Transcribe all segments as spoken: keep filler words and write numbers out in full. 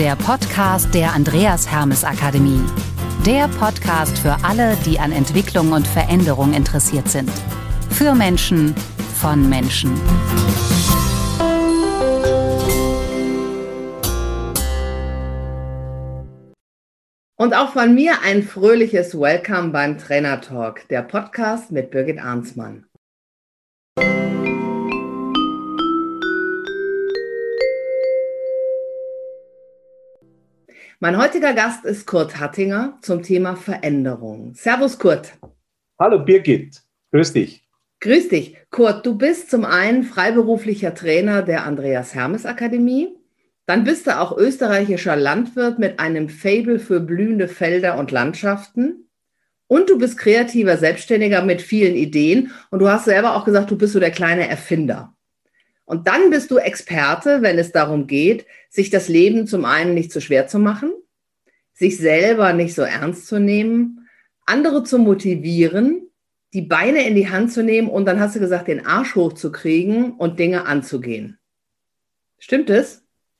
der Podcast der Andreas Hermes Akademie. Der Podcast für alle, die an Entwicklung und Veränderung interessiert sind. Für Menschen, von Menschen. Und auch von mir ein fröhliches Welcome beim Trainer Talk, der Podcast mit Birgit Arnsmann. Mein heutiger Gast ist Kurt Hattinger zum Thema Veränderung. Servus Kurt. Hallo Birgit, grüß dich. Grüß dich. Kurt, du bist zum einen freiberuflicher Trainer der Andreas Hermes Akademie. Dann bist du auch österreichischer Landwirt mit einem Faible für blühende Felder und Landschaften. Und du bist kreativer Selbstständiger mit vielen Ideen. Und du hast selber auch gesagt, du bist so der kleine Erfinder. Und dann bist du Experte, wenn es darum geht, sich das Leben zum einen nicht zu schwer zu machen, sich selber nicht so ernst zu nehmen, andere zu motivieren, die Beine in die Hand zu nehmen und dann hast du gesagt, den Arsch hochzukriegen und Dinge anzugehen. Stimmt es?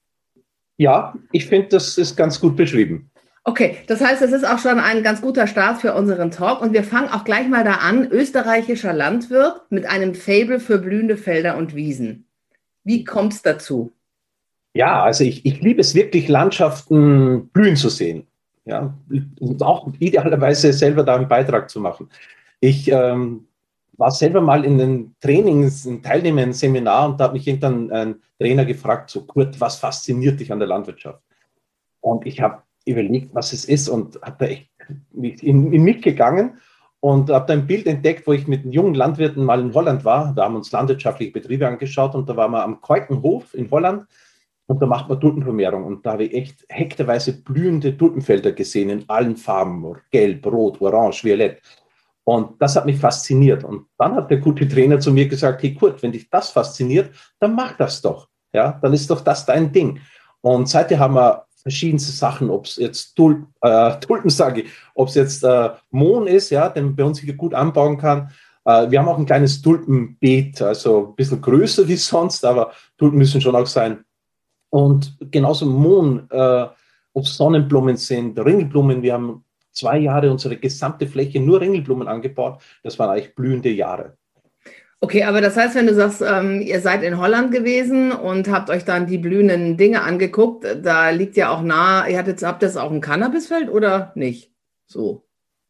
Ja, ich finde, das ist ganz gut beschrieben. Okay, das heißt, es ist auch schon ein ganz guter Start für unseren Talk und wir fangen auch gleich mal da an. Österreichischer Landwirt mit einem Faible für blühende Felder und Wiesen. Wie kommt es dazu? Ja, also ich, ich liebe es wirklich, Landschaften blühen zu sehen. Ja, und auch idealerweise selber da einen Beitrag zu machen. Ich ähm, war selber mal in den Trainings, in Teilnehmer in einem Seminar und da hat mich irgendwann ein Trainer gefragt, so Kurt, was fasziniert dich an der Landwirtschaft? Und ich habe überlegt, was es ist und habe da echt in, in mich gegangen und habe da ein Bild entdeckt, wo ich mit den jungen Landwirten mal in Holland war. Da haben wir uns landwirtschaftliche Betriebe angeschaut und da waren wir am Keukenhof in Holland und da macht man Tulpenvermehrung und da habe ich echt hektarweise blühende Tulpenfelder gesehen in allen Farben, gelb, rot, orange, violett. Und das hat mich fasziniert. Und dann hat der gute Trainer zu mir gesagt, hey Kurt, wenn dich das fasziniert, dann mach das doch. Ja, dann ist doch das dein Ding. Und seitdem haben wir verschiedenste Sachen, ob es jetzt Tulp, äh, Tulpen, sage ich, ob es jetzt äh, Mohn ist, ja, den man bei uns hier gut anbauen kann. Äh, wir haben auch ein kleines Tulpenbeet, also ein bisschen größer wie sonst, aber Tulpen müssen schon auch sein. Und genauso Mohn, äh, ob es Sonnenblumen sind, Ringelblumen, wir haben zwei Jahre unsere gesamte Fläche nur Ringelblumen angebaut. Das waren eigentlich blühende Jahre. Okay, aber das heißt, wenn du sagst, ähm, ihr seid in Holland gewesen und habt euch dann die blühenden Dinge angeguckt, da liegt ja auch nahe, ihr hattet, habt das auch ein Cannabisfeld oder nicht? So.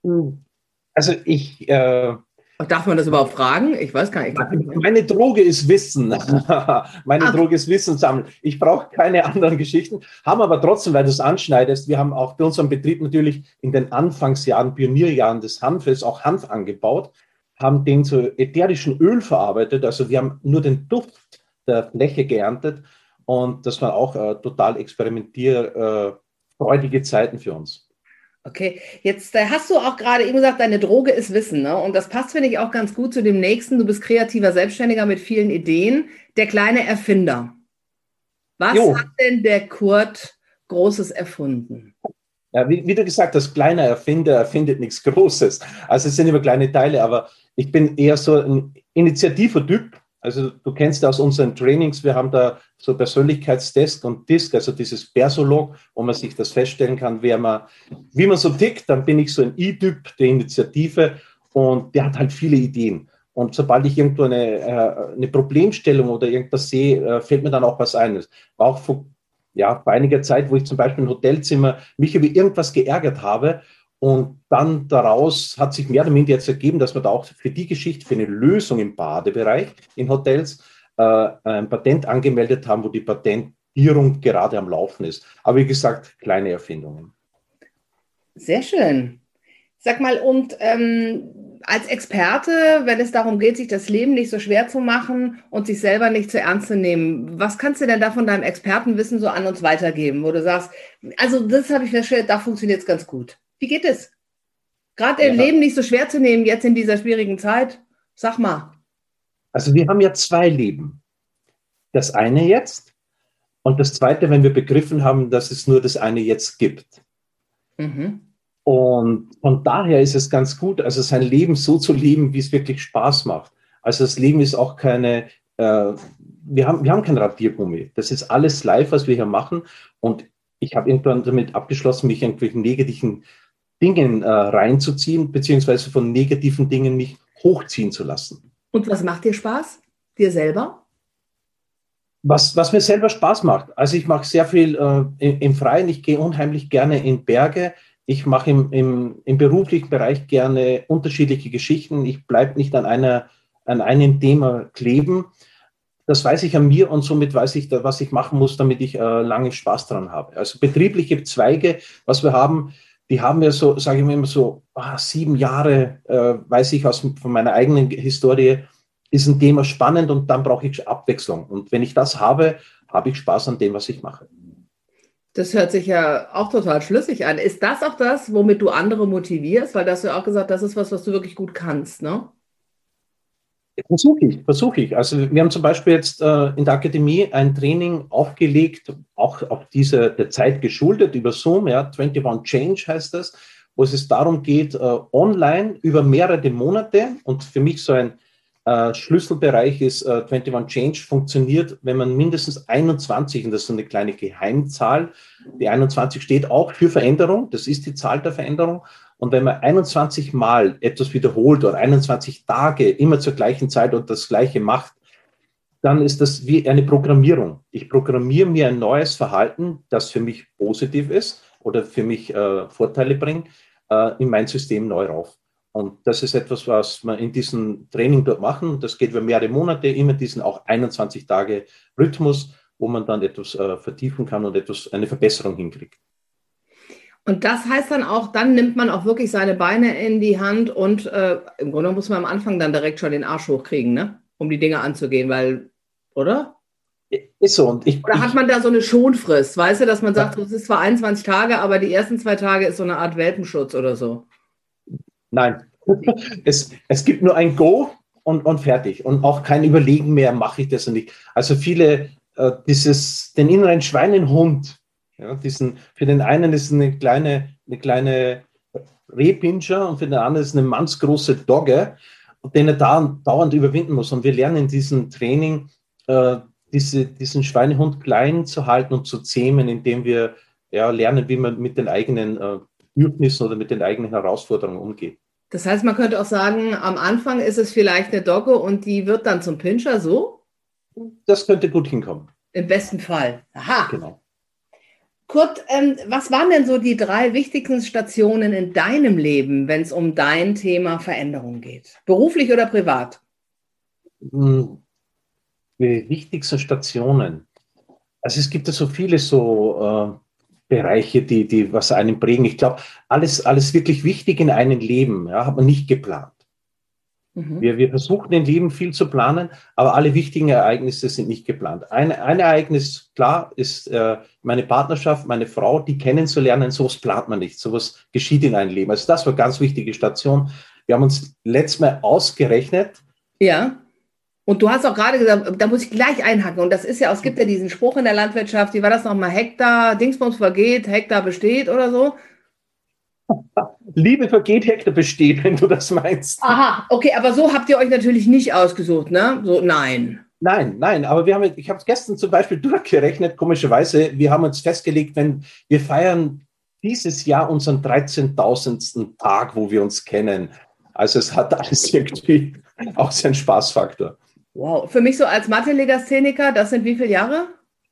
Also ich... Äh, Darf man das überhaupt fragen? Ich weiß gar nicht. Meine Droge ist Wissen. Meine Ach. Droge ist Wissen sammeln. Ich brauche keine anderen Geschichten, haben aber trotzdem, weil du es anschneidest, wir haben auch bei unserem Betrieb natürlich in den Anfangsjahren, Pionierjahren des Hanfes auch Hanf angebaut, haben den zu ätherischem Öl verarbeitet. Also wir haben nur den Duft der Fläche geerntet und das waren auch äh, total experimentierfreudige äh, Zeiten für uns. Okay, jetzt äh, hast du auch gerade eben gesagt, deine Droge ist Wissen, ne? Und das passt, finde ich, auch ganz gut zu dem nächsten. Du bist kreativer Selbstständiger mit vielen Ideen, der kleine Erfinder. Was Jo. hat denn der Kurt Großes erfunden? Ja, wie, wie du gesagt hast, kleiner Erfinder erfindet nichts Großes. Also es sind immer kleine Teile, aber ich bin eher so ein Initiativer-Typ. Also du kennst ja aus unseren Trainings, wir haben da so Persönlichkeitstest und Disk, also dieses Persolog, wo man sich das feststellen kann, wer man, wie man so tickt. Dann bin ich so ein I-Typ der Initiative und der hat halt viele Ideen. Und sobald ich irgendwo eine, äh, eine Problemstellung oder irgendwas sehe, äh, fällt mir dann auch was ein. Das war auch vor, ja, vor einiger Zeit, wo ich zum Beispiel im Hotelzimmer mich über irgendwas geärgert habe. Und dann daraus hat sich mehr oder minder jetzt ergeben, dass wir da auch für die Geschichte, für eine Lösung im Badebereich in Hotels äh, ein Patent angemeldet haben, wo die Patentierung gerade am Laufen ist. Aber wie gesagt, kleine Erfindungen. Sehr schön. Sag mal, und ähm, als Experte, wenn es darum geht, sich das Leben nicht so schwer zu machen und sich selber nicht zu ernst zu nehmen, was kannst du denn da von deinem Expertenwissen so an uns weitergeben, wo du sagst, also das habe ich festgestellt, da funktioniert es ganz gut. Wie geht es? Gerade ja. Im Leben nicht so schwer zu nehmen, jetzt in dieser schwierigen Zeit? Sag mal. Also wir haben ja zwei Leben. Das eine jetzt und das zweite, wenn wir begriffen haben, dass es nur das eine jetzt gibt. Mhm. Und von daher ist es ganz gut, also sein Leben so zu leben, wie es wirklich Spaß macht. Also das Leben ist auch keine, äh, wir haben, wir haben kein Radiergummi. Das ist alles live, was wir hier machen. Und ich habe irgendwann damit abgeschlossen, mich irgendwelchen negativen Dingen äh, reinzuziehen, beziehungsweise von negativen Dingen mich hochziehen zu lassen. Und was macht dir Spaß? Dir selber? Was, was mir selber Spaß macht. Also ich mache sehr viel äh, im, im Freien. Ich gehe unheimlich gerne in Berge. Ich mache im, im, im beruflichen Bereich gerne unterschiedliche Geschichten. Ich bleibe nicht an, einer, an einem Thema kleben. Das weiß ich an mir und somit weiß ich, was ich machen muss, damit ich äh, lange Spaß dran habe. Also betriebliche Zweige, was wir haben, die haben ja so, sage ich mir immer so, ah, sieben Jahre, äh, weiß ich aus von meiner eigenen Historie, ist ein Thema spannend und dann brauche ich Abwechslung. Und wenn ich das habe, habe ich Spaß an dem, was ich mache. Das hört sich ja auch total schlüssig an. Ist das auch das, womit du andere motivierst? Weil das hast du ja auch gesagt, das ist was, was du wirklich gut kannst, ne? Versuche ich, versuche ich. Also wir haben zum Beispiel jetzt äh, in der Akademie ein Training aufgelegt, auch auf diese der Zeit geschuldet über Zoom, ja, einundzwanzig Change heißt das, wo es darum geht, äh, online über mehrere Monate, und für mich so ein äh, Schlüsselbereich ist, äh, einundzwanzig Change funktioniert, wenn man mindestens einundzwanzig, und das ist so eine kleine Geheimzahl, die einundzwanzig steht auch für Veränderung, das ist die Zahl der Veränderung. Und wenn man einundzwanzig Mal etwas wiederholt oder einundzwanzig Tage immer zur gleichen Zeit und das Gleiche macht, dann ist das wie eine Programmierung. Ich programmiere mir ein neues Verhalten, das für mich positiv ist oder für mich äh, Vorteile bringt, äh, in mein System neu rauf. Und das ist etwas, was wir in diesem Training dort machen. Das geht über mehrere Monate, immer diesen auch einundzwanzig Tage Rhythmus, wo man dann etwas äh, vertiefen kann und etwas, eine Verbesserung hinkriegt. Und das heißt dann auch, dann nimmt man auch wirklich seine Beine in die Hand und äh, im Grunde muss man am Anfang dann direkt schon den Arsch hochkriegen, ne? Um die Dinge anzugehen, weil, oder? Ist so. Und ich, oder hat man da so eine Schonfrist, weißt du, dass man sagt, es ist zwar einundzwanzig Tage, aber die ersten zwei Tage ist so eine Art Welpenschutz oder so? Nein, es, es gibt nur ein Go und, und fertig. Und auch kein Überlegen mehr, mache ich das oder nicht. Also viele, äh, dieses, den inneren Schweinehund, ja, diesen, für den einen ist es eine kleine, eine kleine Rehpinscher und für den anderen ist es eine mannsgroße Dogge, den er da, dauernd überwinden muss. Und wir lernen in diesem Training, äh, diese, diesen Schweinehund klein zu halten und zu zähmen, indem wir ja, lernen, wie man mit den eigenen äh, Bedürfnissen oder mit den eigenen Herausforderungen umgeht. Das heißt, man könnte auch sagen, am Anfang ist es vielleicht eine Dogge und die wird dann zum Pinscher, so? Das könnte gut hinkommen. Im besten Fall. Aha. Genau. Kurt, ähm, was waren denn so die drei wichtigsten Stationen in deinem Leben, wenn es um dein Thema Veränderung geht? Beruflich oder privat? Die wichtigsten Stationen. Also es gibt ja so viele so äh, Bereiche, die, die was einen prägen. Ich glaube, alles, alles wirklich wichtig in einem Leben, ja, hat man nicht geplant. Mhm. Wir, wir versuchen im Leben viel zu planen, aber alle wichtigen Ereignisse sind nicht geplant. Ein, ein Ereignis, klar, ist äh, meine Partnerschaft, meine Frau, die kennenzulernen, sowas plant man nicht, sowas geschieht in einem Leben. Also das war eine ganz wichtige Station. Wir haben uns letztes Mal ausgerechnet. Ja. Und du hast auch gerade gesagt, da muss ich gleich einhaken. Und das ist ja, es gibt ja diesen Spruch in der Landwirtschaft, wie war das nochmal? Hektar, Dingsbums vergeht, Hektar besteht oder so? Liebe vergeht, Hektar besteht, wenn du das meinst. Aha, okay, aber so habt ihr euch natürlich nicht ausgesucht, ne? So, nein. Nein, nein, aber wir haben, ich habe es gestern zum Beispiel durchgerechnet, komischerweise, wir haben uns festgelegt, wenn wir feiern dieses Jahr unseren dreizehntausendsten Tag, wo wir uns kennen. Also es hat alles irgendwie auch seinen Spaßfaktor. Wow, für mich so als Mathe-Legastheniker, das sind wie viele Jahre?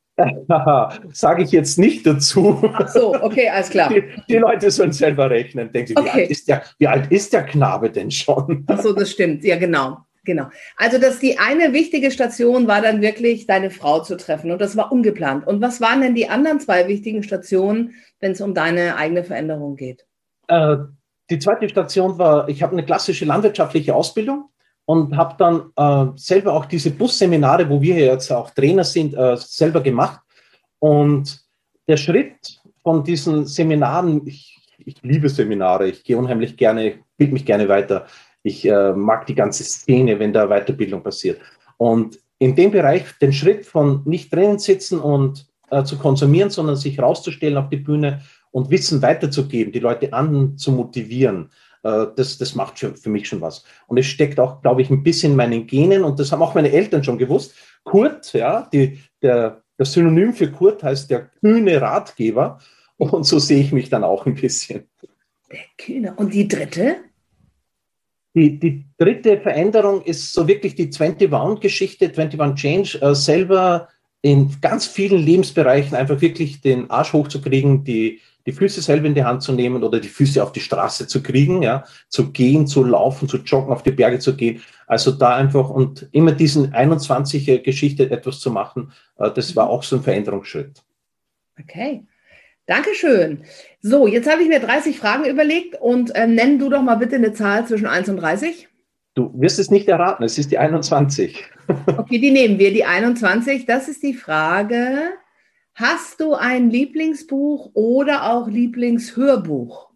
Sage ich jetzt nicht dazu. Ach so, okay, alles klar. Die, die Leute sollen selber rechnen. Denken Sie, okay. wie, alt ist der, wie alt ist der Knabe denn schon? Ach so, das stimmt. Ja, genau. Genau. Also das, die eine wichtige Station war dann wirklich, deine Frau zu treffen. Und das war ungeplant. Und was waren denn die anderen zwei wichtigen Stationen, wenn es um deine eigene Veränderung geht? Äh, die zweite Station war, ich habe eine klassische landwirtschaftliche Ausbildung. Und habe dann äh, selber auch diese Busseminare, wo wir jetzt auch Trainer sind, äh, selber gemacht. Und der Schritt von diesen Seminaren, ich, ich liebe Seminare, ich gehe unheimlich gerne, bilde mich gerne weiter. Ich äh, mag die ganze Szene, wenn da Weiterbildung passiert. Und in dem Bereich den Schritt von nicht drinnen sitzen und äh, zu konsumieren, sondern sich rauszustellen auf die Bühne und Wissen weiterzugeben, die Leute an zu motivieren, Das, das macht schon, für mich schon was. Und es steckt auch, glaube ich, ein bisschen in meinen Genen und das haben auch meine Eltern schon gewusst. Kurt, ja, die, der, das Synonym für Kurt heißt der kühne Ratgeber. Und so sehe ich mich dann auch ein bisschen. Der Kühne. Und die dritte? Die, die dritte Veränderung ist so wirklich die einundzwanzig-Geschichte, einundzwanzig Change, äh, selber in ganz vielen Lebensbereichen einfach wirklich den Arsch hochzukriegen, die, die Füße selber in die Hand zu nehmen oder die Füße auf die Straße zu kriegen, ja, zu gehen, zu laufen, zu joggen, auf die Berge zu gehen. Also da einfach und immer diesen einundzwanzig-Geschichte etwas zu machen, äh, das war auch so ein Veränderungsschritt. Okay. Dankeschön. So, jetzt habe ich mir dreißig Fragen überlegt und ähm, nenn du doch mal bitte eine Zahl zwischen eins und dreißig. Du wirst es nicht erraten, es ist die einundzwanzig. Okay, die nehmen wir, die einundzwanzig. Das ist die Frage, hast du ein Lieblingsbuch oder auch Lieblingshörbuch?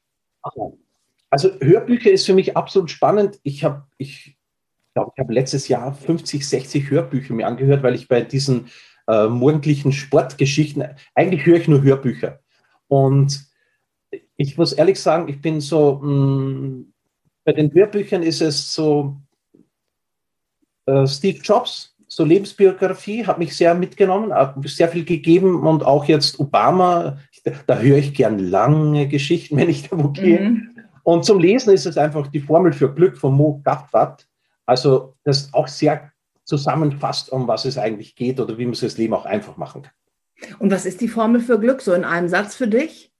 Also Hörbücher ist für mich absolut spannend. Ich habe, ich glaube, ich habe letztes Jahr fünfzig, sechzig Hörbücher mir angehört, weil ich bei diesen Äh, morgendlichen Sportgeschichten, eigentlich höre ich nur Hörbücher. Und ich muss ehrlich sagen, ich bin so, mh, bei den Hörbüchern ist es so, äh, Steve Jobs, so Lebensbiografie, hat mich sehr mitgenommen, hat sehr viel gegeben und auch jetzt Obama, da höre ich gern lange Geschichten, wenn ich da wo gehe. Mhm. Und zum Lesen ist es einfach die Formel für Glück von Mo Gaffat, also das auch sehr zusammenfasst, um was es eigentlich geht oder wie man sich das Leben auch einfach machen kann. Und was ist die Formel für Glück, so in einem Satz für dich?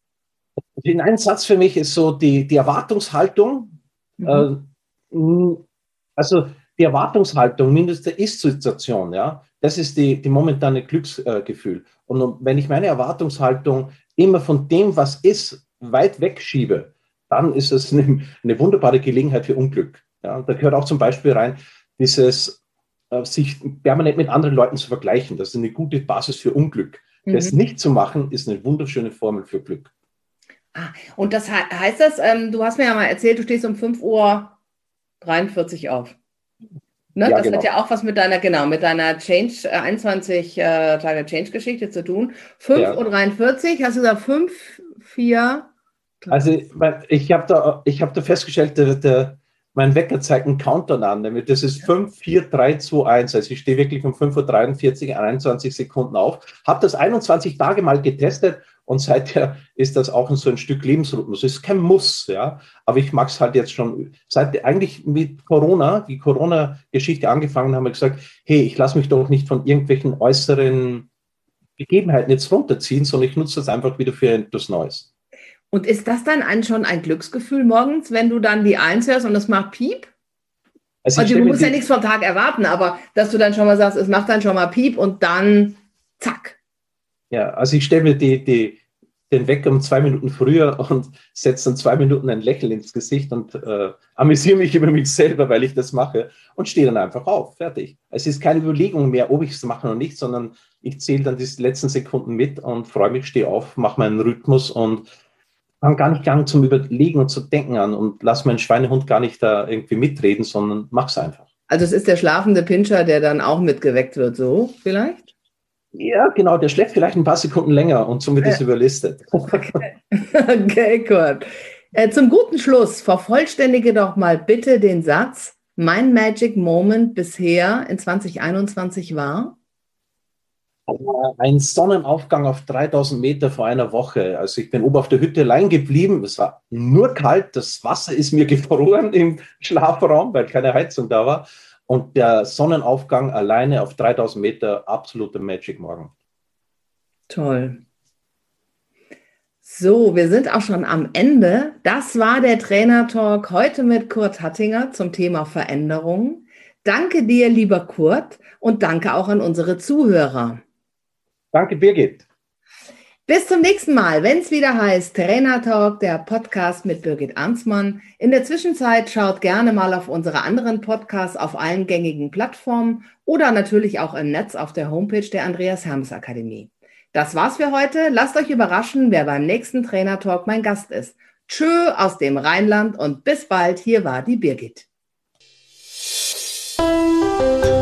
In einem Satz für mich ist so die, die Erwartungshaltung, mhm. äh, also die Erwartungshaltung, mindestens der Ist-Situation, ja, das ist die, die momentane Glücksgefühl. Äh, Und wenn ich meine Erwartungshaltung immer von dem, was ist, weit wegschiebe, dann ist es eine, eine wunderbare Gelegenheit für Unglück. Ja, und da gehört auch zum Beispiel rein, dieses sich permanent mit anderen Leuten zu vergleichen. Das ist eine gute Basis für Unglück. Mhm. Das nicht zu machen, ist eine wunderschöne Formel für Glück. Ah, und das he- heißt das, ähm, du hast mir ja mal erzählt, du stehst um fünf Uhr dreiundvierzig auf. Ne? Ja, das genau. hat ja auch was mit deiner, genau, mit deiner Change, äh, einundzwanzig äh, Tage Change-Geschichte zu tun. fünf Uhr dreiundvierzig, hast du gesagt fünf, vier? Also ich habe da, ich hab da festgestellt, der, der mein Wecker zeigt einen Countdown an, nämlich das ist fünf, vier, drei, zwei, eins. Also ich stehe wirklich um fünf Uhr dreiundvierzig, einundzwanzig Sekunden auf, habe das einundzwanzig Tage mal getestet und seither ist das auch so ein Stück Lebensrhythmus. Es ist kein Muss, ja, aber ich mag es halt jetzt schon, seit eigentlich mit Corona, die Corona-Geschichte angefangen, haben wir gesagt, hey, ich lasse mich doch nicht von irgendwelchen äußeren Begebenheiten jetzt runterziehen, sondern ich nutze das einfach wieder für etwas Neues. Und ist das dann ein, schon ein Glücksgefühl morgens, wenn du dann die Eins hörst und es macht Piep? Also, also du musst ja nichts vom Tag erwarten, aber dass du dann schon mal sagst, es macht dann schon mal Piep und dann zack. Ja, also ich stelle mir die, die, den Wecker um zwei Minuten früher und setze dann zwei Minuten ein Lächeln ins Gesicht und äh, amüsiere mich über mich selber, weil ich das mache und stehe dann einfach auf, fertig. Es ist keine Überlegung mehr, ob ich es mache oder nicht, sondern ich zähle dann die letzten Sekunden mit und freue mich, stehe auf, mache meinen Rhythmus und fange gar nicht lang zum Überlegen und zu denken an und lass meinen Schweinehund gar nicht da irgendwie mitreden, sondern mach's einfach. Also es ist der schlafende Pinscher, der dann auch mitgeweckt wird, so vielleicht? Ja, genau, der schläft vielleicht ein paar Sekunden länger und somit ist überlistet. Okay, okay, Kurt. Äh, zum guten Schluss, vervollständige doch mal bitte den Satz, mein Magic Moment bisher in zwanzig einundzwanzig war? Ein Sonnenaufgang auf dreitausend Meter vor einer Woche. Also ich bin oben auf der Hütte allein geblieben. Es war nur kalt. Das Wasser ist mir gefroren im Schlafraum, weil keine Heizung da war. Und der Sonnenaufgang alleine auf dreitausend Meter, absoluter Magic morgen. Toll. So, wir sind auch schon am Ende. Das war der Trainer-Talk heute mit Kurt Hattinger zum Thema Veränderung. Danke dir, lieber Kurt, und danke auch an unsere Zuhörer. Danke, Birgit. Bis zum nächsten Mal, wenn es wieder heißt Trainer Talk, der Podcast mit Birgit Arnsmann. In der Zwischenzeit schaut gerne mal auf unsere anderen Podcasts auf allen gängigen Plattformen oder natürlich auch im Netz auf der Homepage der Andreas Hermes Akademie. Das war's für heute. Lasst euch überraschen, wer beim nächsten Trainer Talk mein Gast ist. Tschö aus dem Rheinland und bis bald. Hier war die Birgit. Thank you.